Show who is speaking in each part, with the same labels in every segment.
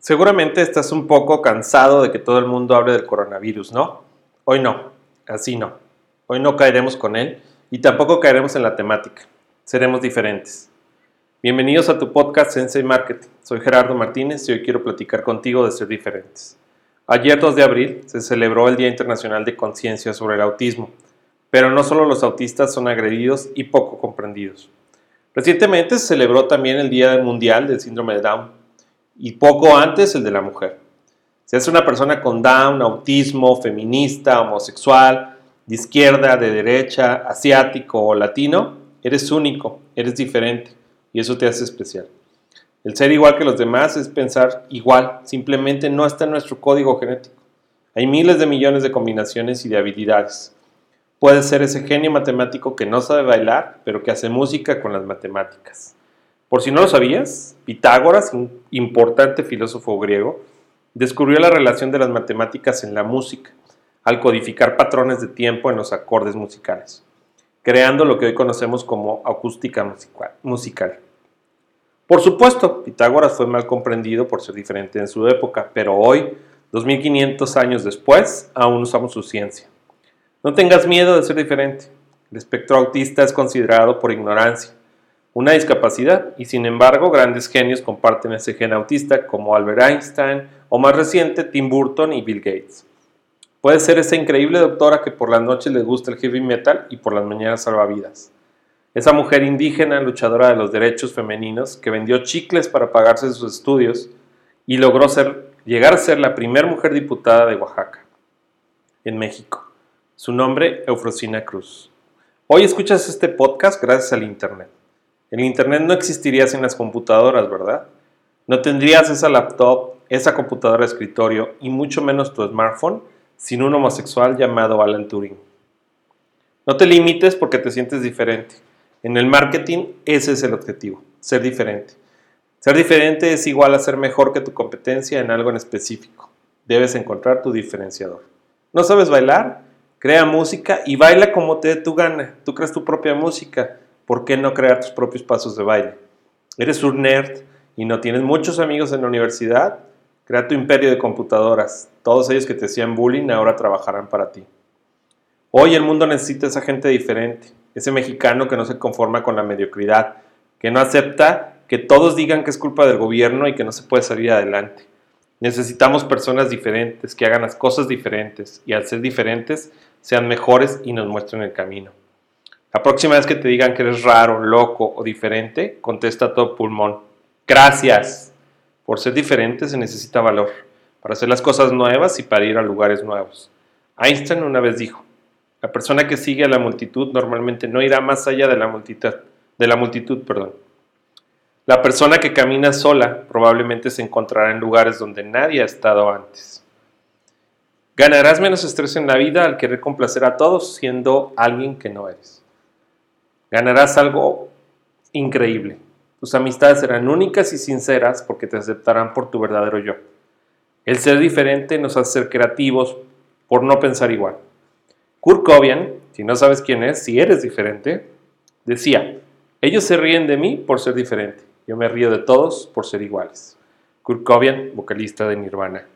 Speaker 1: Seguramente estás un poco cansado de que todo el mundo hable del coronavirus, ¿no? Hoy no, así no. Hoy no caeremos con él y tampoco caeremos en la temática. Seremos diferentes. Bienvenidos a tu podcast Sensei Marketing. Soy Gerardo Martínez y hoy quiero platicar contigo de ser diferentes. Ayer 2 de abril se celebró el Día Internacional de Conciencia sobre el Autismo, pero no solo los autistas son agredidos y poco comprendidos. Recientemente se celebró también el Día Mundial del Síndrome de Down, y poco antes el de la mujer. Si eres una persona con Down, autismo, feminista, homosexual, de izquierda, de derecha, asiático o latino, eres único, eres diferente y eso te hace especial. El ser igual que los demás es pensar igual, simplemente no está en nuestro código genético. Hay miles de millones de combinaciones y de habilidades. Puedes ser ese genio matemático que no sabe bailar, pero que hace música con las matemáticas. Por si no lo sabías, Pitágoras, un importante filósofo griego, descubrió la relación de las matemáticas en la música, al codificar patrones de tiempo en los acordes musicales, creando lo que hoy conocemos como acústica musical. Por supuesto, Pitágoras fue mal comprendido por ser diferente en su época, pero hoy, 2500 años después, aún usamos su ciencia. No tengas miedo de ser diferente. El espectro autista es considerado por ignorancia una discapacidad y sin embargo grandes genios comparten ese gen autista como Albert Einstein o más reciente Tim Burton y Bill Gates. Puede ser esa increíble doctora que por las noches le gusta el heavy metal y por las mañanas salva vidas. Esa mujer indígena luchadora de los derechos femeninos que vendió chicles para pagarse sus estudios y logró llegar a ser la primera mujer diputada de Oaxaca, en México. Su nombre, Eufrosina Cruz. Hoy escuchas este podcast gracias al internet. El internet no existiría sin las computadoras, ¿verdad? No tendrías esa laptop, esa computadora de escritorio y mucho menos tu smartphone sin un homosexual llamado Alan Turing. No te limites porque te sientes diferente. En el marketing ese es el objetivo, ser diferente. Ser diferente es igual a ser mejor que tu competencia en algo en específico. Debes encontrar tu diferenciador. ¿No sabes bailar? Crea música y baila como te dé tu gana. Tú creas tu propia música. ¿Por qué no crear tus propios pasos de baile? ¿Eres un nerd y no tienes muchos amigos en la universidad? Crea tu imperio de computadoras. Todos ellos que te hacían bullying ahora trabajarán para ti. Hoy el mundo necesita esa gente diferente, ese mexicano que no se conforma con la mediocridad, que no acepta que todos digan que es culpa del gobierno y que no se puede salir adelante. Necesitamos personas diferentes, que hagan las cosas diferentes y al ser diferentes sean mejores y nos muestren el camino. La próxima vez que te digan que eres raro, loco o diferente, contesta a todo pulmón. Gracias. Por ser diferente se necesita valor, para hacer las cosas nuevas y para ir a lugares nuevos. Einstein una vez dijo, la persona que sigue a la multitud normalmente no irá más allá de la multitud. La persona que camina sola probablemente se encontrará en lugares donde nadie ha estado antes. Ganarás menos estrés en la vida al querer complacer a todos siendo alguien que no eres. Ganarás algo increíble. Tus amistades serán únicas y sinceras porque te aceptarán por tu verdadero yo. El ser diferente nos hace ser creativos por no pensar igual. Kurt Cobain, si no sabes quién es, si eres diferente, decía, ellos se ríen de mí por ser diferente. Yo me río de todos por ser iguales. Kurt Cobain, vocalista de Nirvana.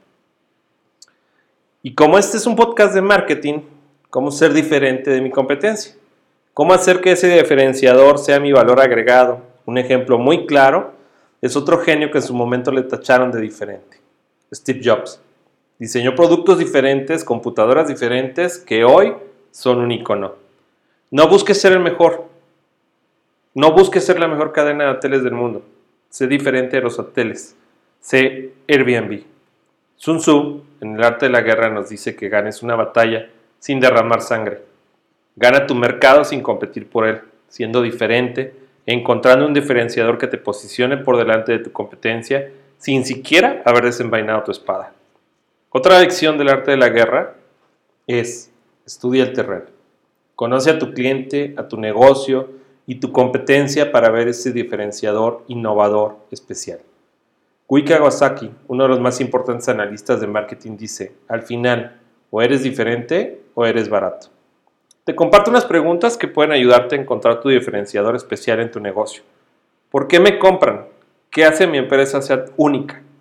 Speaker 1: Y como este es un podcast de marketing, ¿cómo ser diferente de mi competencia? ¿Cómo hacer que ese diferenciador sea mi valor agregado? Un ejemplo muy claro es otro genio que en su momento le tacharon de diferente. Steve Jobs. Diseñó productos diferentes, computadoras diferentes que hoy son un icono. No busques ser el mejor. No busques ser la mejor cadena de hoteles del mundo. Sé diferente de los hoteles. Sé Airbnb. Sun Tzu, en el arte de la guerra, nos dice que ganes una batalla sin derramar sangre. Gana tu mercado sin competir por él, siendo diferente, encontrando un diferenciador que te posicione por delante de tu competencia sin siquiera haber desenvainado tu espada. Otra lección del arte de la guerra es estudia el terreno. Conoce a tu cliente, a tu negocio y tu competencia para ver ese diferenciador innovador especial. Kui Kawasaki, uno de los más importantes analistas de marketing, dice, al final, o eres diferente o eres barato. Te comparto unas preguntas que pueden ayudarte a encontrar tu diferenciador especial en tu negocio. ¿Por qué me compran? ¿Qué hace mi empresa ser única?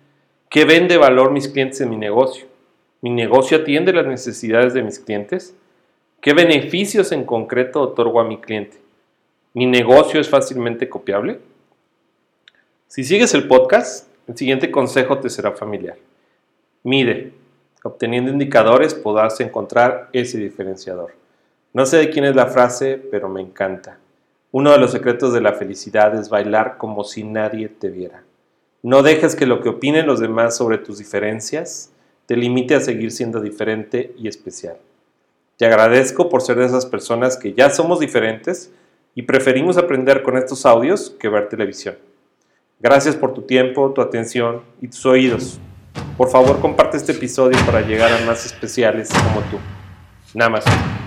Speaker 1: ¿Qué ven de valor mis clientes en mi negocio? ¿Mi negocio atiende las necesidades de mis clientes? ¿Qué beneficios en concreto otorgo a mi cliente? ¿Mi negocio es fácilmente copiable? Si sigues el podcast, el siguiente consejo te será familiar. Mide. Obteniendo indicadores podrás encontrar ese diferenciador. No sé de quién es la frase, pero me encanta. Uno de los secretos de la felicidad es bailar como si nadie te viera. No dejes que lo que opinen los demás sobre tus diferencias te limite a seguir siendo diferente y especial. Te agradezco por ser de esas personas que ya somos diferentes y preferimos aprender con estos audios que ver televisión. Gracias por tu tiempo, tu atención y tus oídos. Por favor, comparte este episodio para llegar a más especiales como tú. Namaste.